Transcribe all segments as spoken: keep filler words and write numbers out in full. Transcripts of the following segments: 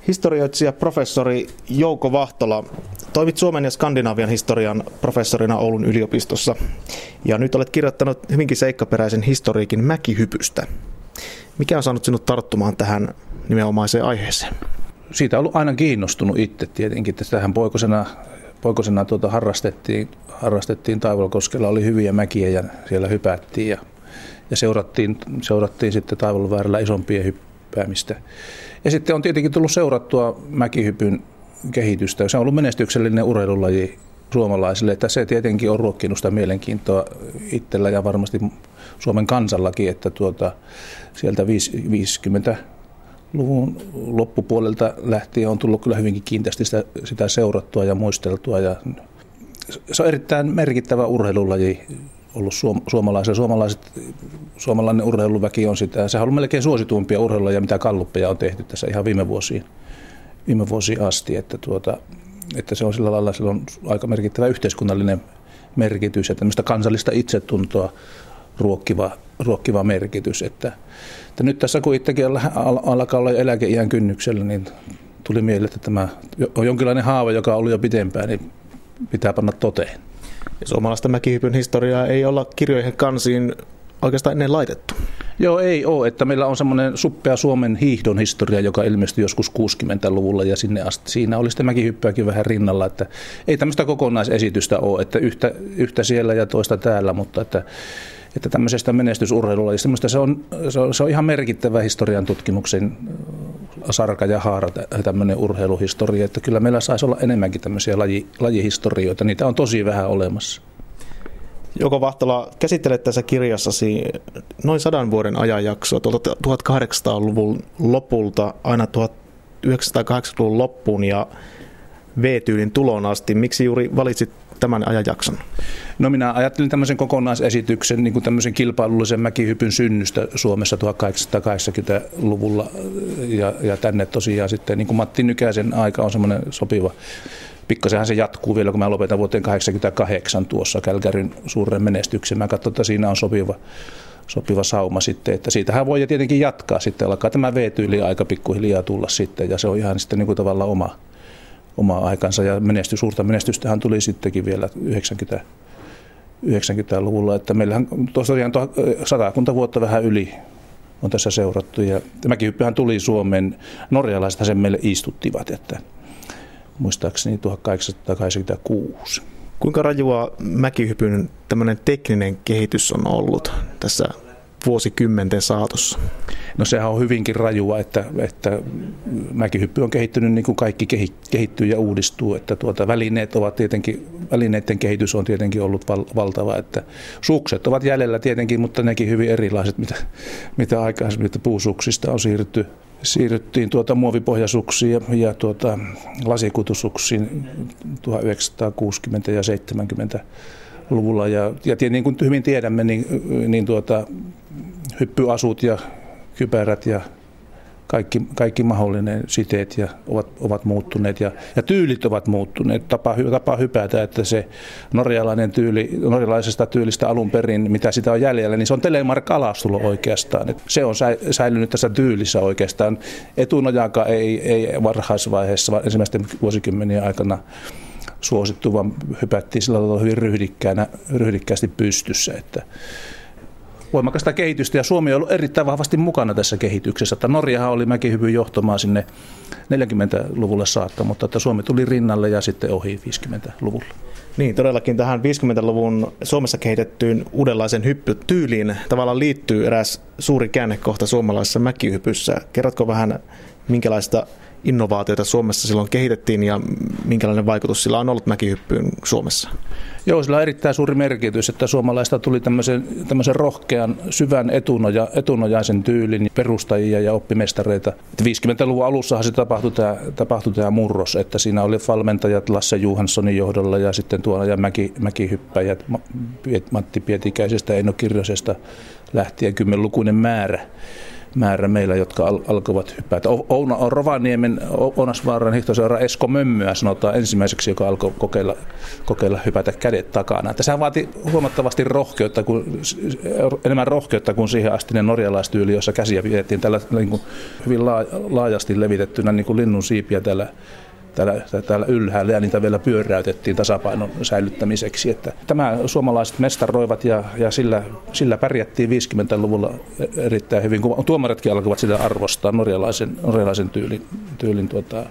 Historioitsija professori Jouko Vahtola, toimit Suomen ja Skandinavian historian professorina Oulun yliopistossa ja nyt olet kirjoittanut hyvinkin seikkaperäisen historiikin mäkihypystä. Mikä on saanut sinut tarttumaan tähän nimenomaiseen aiheeseen? Siitä on ollut aina kiinnostunut itse tietenkin, että tähän poikosena, poikosena tuota harrastettiin, harrastettiin Taivalkoskella, oli hyviä mäkiä ja siellä hypättiin ja, ja seurattiin, seurattiin sitten Taivalvaaralla isompien hyppäämistä. Ja sitten on tietenkin tullut seurattua mäkihypyn kehitystä. Se on ollut menestyksellinen urheilulaji suomalaisille, että se tietenkin on ruokkinut sitä mielenkiintoa itsellä ja varmasti Suomen kansallakin, että tuota, sieltä viisikymmentäluvun loppupuolelta lähtien on tullut kyllä hyvinkin kiinteästi sitä, sitä seurattua ja muisteltua. Ja se on erittäin merkittävä urheilulaji ollut suomalaisille. Suomalaiset, suomalainen urheiluväki on sitä. Sehän on ollut melkein suosituimpia urheilulajeja, mitä galluppeja on tehty tässä ihan viime vuosiin, viime vuosiin asti. Että, tuota, että se on sillä lailla sillä on aika merkittävä yhteiskunnallinen merkitys ja tämmöistä kansallista itsetuntoa ruokkiva, ruokkiva merkitys. Että, että nyt tässä kun itsekin alkaa olla eläkeiän kynnyksellä, niin tuli mieleen, että tämä on jonkinlainen haava, joka on ollut jo pitempään, niin pitää panna toteen. Ja suomalaista mäkihypyn historiaa ei olla kirjoihin kansiin oikeastaan ennen laitettu. Joo, ei ole. Että meillä on semmoinen suppea Suomen hiihdon historia, joka ilmestyi joskus kuusikymmentäluvulla ja sinne asti. Siinä oli sitten mäkihyppyäkin vähän rinnalla. Että ei tämmöistä kokonaisesitystä ole, että yhtä, yhtä siellä ja toista täällä, mutta että, että tämmöisestä menestysurheilulajista se on, se, on, se on ihan merkittävä historian tutkimuksen sarka ja haara tämmöinen urheiluhistoria. Että kyllä meillä saisi olla enemmänkin tämmöisiä laji, lajihistorioita. Niitä on tosi vähän olemassa. Jouko Vahtola, käsittelet tässä kirjassasi noin sadan vuoden ajanjaksoa tuolta tuhatkahdeksansataaluvun lopulta aina tuhatyhdeksänsataakahdeksankymmentäluvun loppuun ja V-tyylin tuloon asti. Miksi juuri valitsit tämän ajanjakson? No minä ajattelin tämmöisen kokonaisesityksen, niin kuin tämmöisen kilpailullisen mäkihypyn synnystä Suomessa tuhatkahdeksansataakahdeksankymmentäluvulla ja, ja tänne tosiaan sitten, niin kuin Matti Nykäsen aika on semmoinen sopiva. Pikkasenhan se jatkuu vielä, kun mä lopetan vuoteen kahdeksankymmentäkahdeksan tuossa Kälkäryn suuren menestyksen. Mä katson, että siinä on sopiva, sopiva sauma sitten, että siitähän voi tietenkin jatkaa sitten. Alkaa tämä V-tyyli aika pikkuhiljaa tulla sitten ja se on ihan sitten niin kuin tavallaan oma, oma aikansa. Ja menestys, suurta menestystähän tuli sittenkin vielä yhdeksänkymmentäluvulla, että meillähän tosiaan satakunta vuotta vähän yli on tässä seurattu. Ja mäkihyppyhän tuli Suomeen, norjalaisethan sen meille istuttivat, että muistaakseni tuhatkahdeksansataakahdeksankymmentäkuusi. Kuinka rajua mäkihypyn tämmöinen tekninen kehitys on ollut tässä vuosikymmenten saatossa? No sehän on hyvinkin rajua, että, että mäkihyppy on kehittynyt niin kuin kaikki kehittyy ja uudistuu. Että tuota, välineet ovat tietenkin, välineiden kehitys on tietenkin ollut val, valtava. Että sukset ovat jäljellä tietenkin, mutta nekin hyvin erilaiset, mitä, mitä aikaisemmin puusuksista on siirrytty. Siirryttiin tuota muovipohjasuksiin ja, ja tuota lasikutusuksiin tuhatyhdeksänsataakuusikymmentä- ja seitsemänkymmentäluvulla. Ja, ja niin kuin hyvin tiedämme, niin, niin tuota, hyppyasut ja kypärät ja kaikki, kaikki mahdollinen siteet ja ovat, ovat muuttuneet ja, ja tyylit ovat muuttuneet. Tapa, tapa hypätä, että se norjalainen tyyli, norjalaisesta tyylistä alun perin, mitä sitä on jäljellä, niin se on telemark-alastulo oikeastaan. Et se on säilynyt tässä tyylissä oikeastaan. Etunojakaan ei, ei varhaisvaiheessa ensimmäisten vuosikymmenien aikana suosittu, vaan hypättiin sillä tavalla hyvin ryhdikkäänä, ryhdikkäästi pystyssä, että voimakasta kehitystä ja Suomi on ollut erittäin vahvasti mukana tässä kehityksessä. Että Norjahan oli mäkihypyn johtamaan sinne neljäkymmentäluvulle saakka, mutta että Suomi tuli rinnalle ja sitten ohi viisikymmentäluvulla. Niin, todellakin tähän viisikymmentäluvun Suomessa kehitettyyn uudenlaisen hyppytyyliin tavallaan liittyy eräs suuri käännekohta suomalaisessa mäkihypyssä. Kerrotko vähän, minkälaista innovaatioita Suomessa silloin kehitettiin ja minkälainen vaikutus sillä on ollut mäkihyppyyn Suomessa? Joo, sillä on erittäin suuri merkitys, että suomalaista tuli tämmöisen, tämmöisen rohkean, syvän etunoja, etunojaisen tyylin perustajia ja oppimestareita. viisikymmentäluvun alussahan se tapahtui tämä, tapahtui tämä murros, että siinä oli valmentajat Lasse Johanssonin johdolla ja sitten tuolla ja mäki, mäkihyppäjät Matti Pietikäisestä ja Eino Kirjosesta lähtien kymmenlukuinen määrä. määrä meillä, jotka al- alkoivat hypätä. Ouna on Rovaniemen Ounasvaaran hiihtoseura Esko Mömmyä sanotaan ensimmäiseksi, joka alkoi kokeilla, kokeilla hypätä kädet takana. Että sehän vaati huomattavasti rohkeutta, kun, enemmän rohkeutta kuin siihen astinen norjalaistyyli, jossa käsiä pidettiin tällä niin kuin hyvin laajasti levitettynä niin kuin linnun siipiä täällä Täällä, täällä ylhäällä ja niitä vielä pyöräytettiin tasapainon säilyttämiseksi. Että tämä suomalaiset mestaroivat ja, ja sillä, sillä pärjättiin viisikymmentäluvulla erittäin hyvin, kun tuomaritkin alkoivat sitä arvostaa norjalaisen, norjalaisen tyylin, tyylin tuota,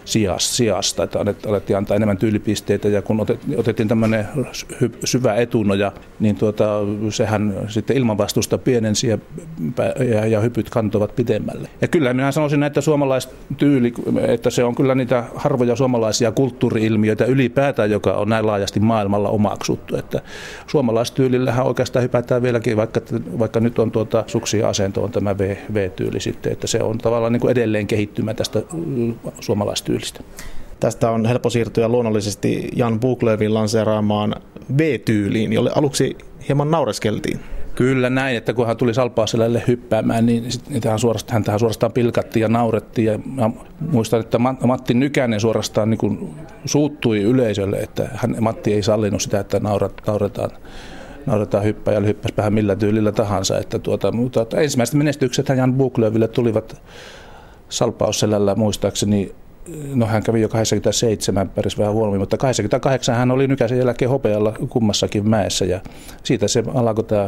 sijasta, että alettiin antaa enemmän tyylipisteitä ja kun otettiin tämmöinen syvä etunoja, niin tuota, sehän sitten ilmanvastusta pienensi ja, ja, ja hypyt kantoivat pidemmälle. Ja kyllä minä sanoisin, että suomalaistyyli, että se on kyllä niitä harvoja suomalaisia kulttuuri-ilmiöitä ylipäätään, joka on näin laajasti maailmalla omaksuttu. Että suomalaistyylillähän oikeastaan hypätään vieläkin, vaikka, vaikka nyt on tuota suksia asento on tämä v, V-tyyli sitten, että se on tavallaan niin kuin edelleen kehittymä tästä suomalaistyylistä. Tästä on helppo siirtyä luonnollisesti Jan Boklövin lanseeraamaan V-tyyliin, jolle aluksi hieman naureskeltiin. Kyllä näin, että kun hän tuli Salpausselälle hyppäämään, niin hän suorastaan, häntähän suorastaan pilkattiin ja naurettiin. Ja muistan, että Matti Nykänen suorastaan niin kuin suuttui yleisölle, että hän, Matti ei sallinut sitä, että naurat, nauretaan. Nauretaan hyppäjälle, hyppäspä hän millä tyylillä tahansa. Että tuota, mutta ensimmäiset menestykset Jan Boklöville tulivat Salpausselällä muistaakseni. No hän kävi jo kahdeksankymmentäseitsemän, pärjäsi vähän huonommin, mutta kahdeksankymmentäkahdeksan hän oli Nykäsen jälkeen hopealla kummassakin mäessä ja siitä se alkoi tämä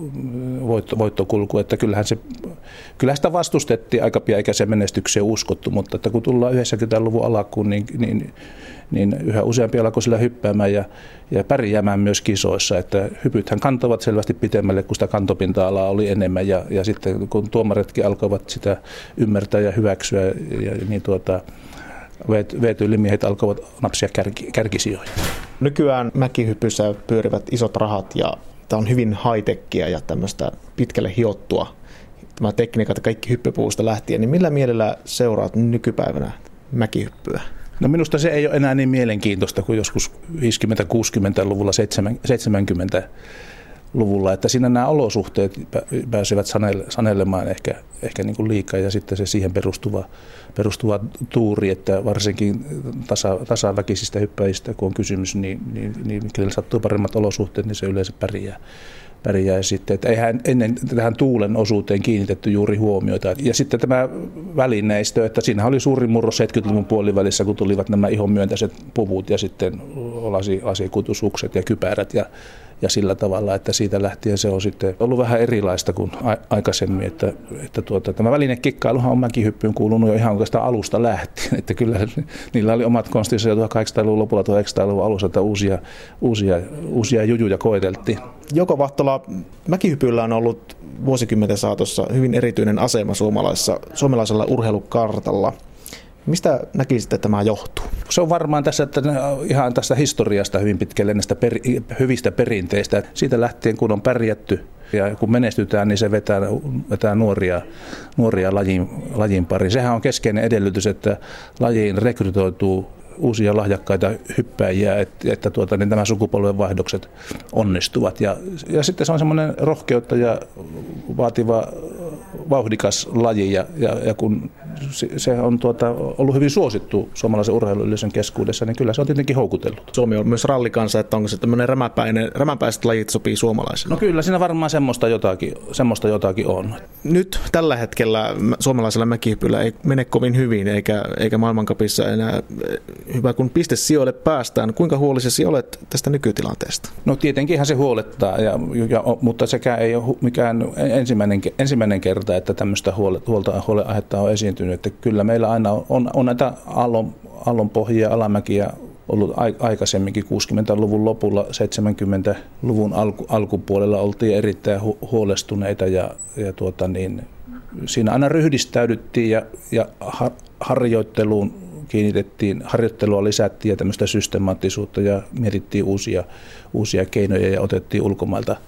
voitto, voittokulku, että kyllähän, se, kyllähän sitä vastustettiin aika pian eikä se menestykseen uskottu, mutta että kun tullaan yhdeksänkymmentäluvun alkuun, niin, niin, niin yhä useampi alkoi sillä hyppäämään ja, ja pärjäämään myös kisoissa, että hypythän kantavat selvästi pitemmälle, kun sitä kantopinta-alaa oli enemmän ja, ja sitten kun tuomaritkin alkoivat sitä ymmärtää ja hyväksyä, ja, niin tuota V-tyylimiehet alkoivat napsia kärki, kärkisijoja. Nykyään mäkihypyssä pyörivät isot rahat ja tämä on hyvin high-techia ja tämmöistä pitkälle hiottua. Tämä tekniikat ja kaikki hyppypuusta lähtien, niin millä mielellä seuraat nykypäivänä mäkihyppyä? No minusta se ei ole enää niin mielenkiintoista kuin joskus viisikymmentä-kuusikymmentäluvulla, seitsemänkymmentäluvulla, että siinä nämä olosuhteet pääsevät sanelemaan ehkä, ehkä niin kuin liikaa ja sitten se siihen perustuva, perustuva tuuri, että varsinkin tasa, tasaväkisistä hyppäjistä, kun on kysymys, niin, niin, niin kenelle sattuu paremmat olosuhteet, niin se yleensä pärjää. pärjää sitten, että eihän ennen tähän tuulen osuuteen kiinnitetty juuri huomioita. Ja sitten tämä välineistö, että siinä oli suuri murros seitsemänkymmentäluvun puolivälissä, kun tulivat nämä ihon myönteiset puvut ja sitten lasi, lasikutusukset ja kypärät ja, ja sillä tavalla, että siitä lähtien se on sitten ollut vähän erilaista kuin a- aikaisemmin, että, että tuota, tämä välinekikkailuhan on mäkihyppyyn kuulunut jo ihan oikeastaan alusta lähtien, että kyllä niillä oli omat konstinsa jo tuhatkahdeksansataaluvun lopulla, tuhatyhdeksänsataaluvun alussa, että uusia, uusia, uusia jujuja koeteltiin. Jouko Vahtola, mäkihypyllä on ollut vuosikymmenten saatossa hyvin erityinen asema suomalaisessa, suomalaisella urheilukartalla. Mistä näkisitte, että tämä johtuu? Se on varmaan tässä, että ihan tästä historiasta hyvin pitkälle näistä per, hyvistä perinteistä. Siitä lähtien, kun on pärjätty ja kun menestytään, niin se vetää, vetää nuoria, nuoria lajin, lajin pari. Sehän on keskeinen edellytys, että lajiin rekrytoituu uusia lahjakkaita hyppäjiä, että, että tuota, niin nämä sukupolven vaihdokset onnistuvat. Ja, ja sitten se on semmoinen rohkeutta ja vaativa, vauhdikas laji, ja, ja, ja kun se on tuota, ollut hyvin suosittu suomalaisen urheiluyleisön keskuudessa, niin kyllä se on tietenkin houkutellut. Suomi on myös rallikansa, että onko se tämmöinen rämäpäinen, rämäpäiset lajit sopii suomalaisille? No kyllä, siinä varmaan semmoista jotakin, semmoista jotakin on. Nyt tällä hetkellä suomalaisella mäkihypyllä ei mene kovin hyvin, eikä, eikä maailmancupissa enää hyvä, kun pistesijoille päästään. Kuinka huolissasi olet tästä nykytilanteesta? No tietenkinhän se huolettaa, ja, ja, mutta sekään ei ole mikään ensimmäinen, ensimmäinen kerta, että tämmöistä huolta, huoleaihetta on esiintynyt. Että kyllä meillä aina on, on, on näitä aallon, aallonpohjia, alamäkiä ollut aikaisemminkin. kuusikymmentäluvun lopulla, seitsemänkymmentäluvun alku, alkupuolella oltiin erittäin hu, huolestuneita ja, ja tuota niin, siinä aina ryhdistäydyttiin ja, ja har, harjoitteluun kiinnitettiin, harjoittelua lisättiin ja tämmöistä systemaattisuutta ja mietittiin uusia, uusia keinoja ja otettiin ulkomailta,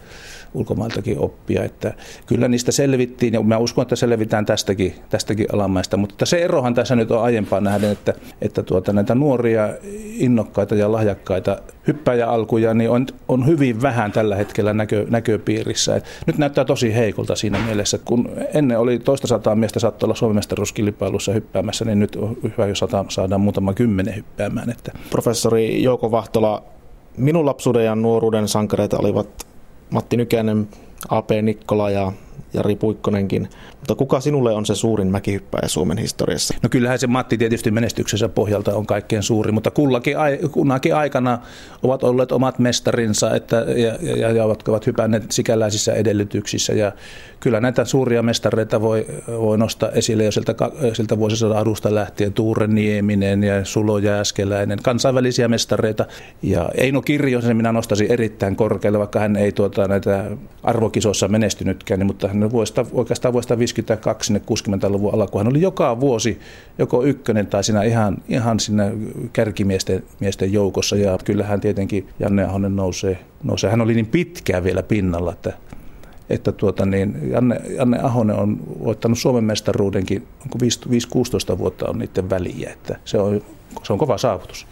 ulkomailtakin oppia. Että kyllä niistä selvittiin ja mä uskon, että selvitään tästäkin, tästäkin alamaista, mutta se erohan tässä nyt on aiempaan nähden, että, että tuota, näitä nuoria, innokkaita ja lahjakkaita hyppäjäalkuja niin on, on hyvin vähän tällä hetkellä näkö, näköpiirissä. Et nyt näyttää tosi heikolta siinä mielessä, kun ennen oli toista sataa miestä saattoi olla Suomen mestaruuskilpailussa hyppäämässä, niin nyt on hyvä, jos saadaan muutama kymmenen hyppäämään. Että. Professori Jouko Vahtola, minun lapsuuden ja nuoruuden sankareita olivat Matti Nykänen, A P Nikkola ja Jari Puikkonenkin. Mutta kuka sinulle on se suurin mäkihyppäjä Suomen historiassa? No kyllähän se Matti tietysti menestyksensä pohjalta on kaikkein suurin, mutta kullakin, kunnakin aikana ovat olleet omat mestarinsa että, ja, ja, ja ovat hypänneet sikäläisissä edellytyksissä. Ja kyllä näitä suuria mestareita voi, voi nostaa esille jo siltä, siltä vuosisadan alusta lähtien. Tuure Nieminen ja Sulo Jääskeläinen, kansainvälisiä mestareita. Ja Eino Kirjosen minä nostaisin erittäin korkealle, vaikka hän ei tuota, näitä arvokisoissa menestynytkään, niin, mutta hän vuodesta, oikeastaan vuodesta viisikymmentäkaksi sinne kuusikymmentäluvun alkuun hän oli joka vuosi joko ykkönen tai siinä ihan, ihan siinä kärkimiesten miesten joukossa. Ja kyllähän tietenkin Janne Ahonen nousee, nousee. Hän oli niin pitkään vielä pinnalla, että että tuota niin, Janne, Janne Ahonen on voittanut Suomen mestaruudenkin, onko viisi kuusitoista vuotta on niiden väliä, että se on, se on kova saavutus.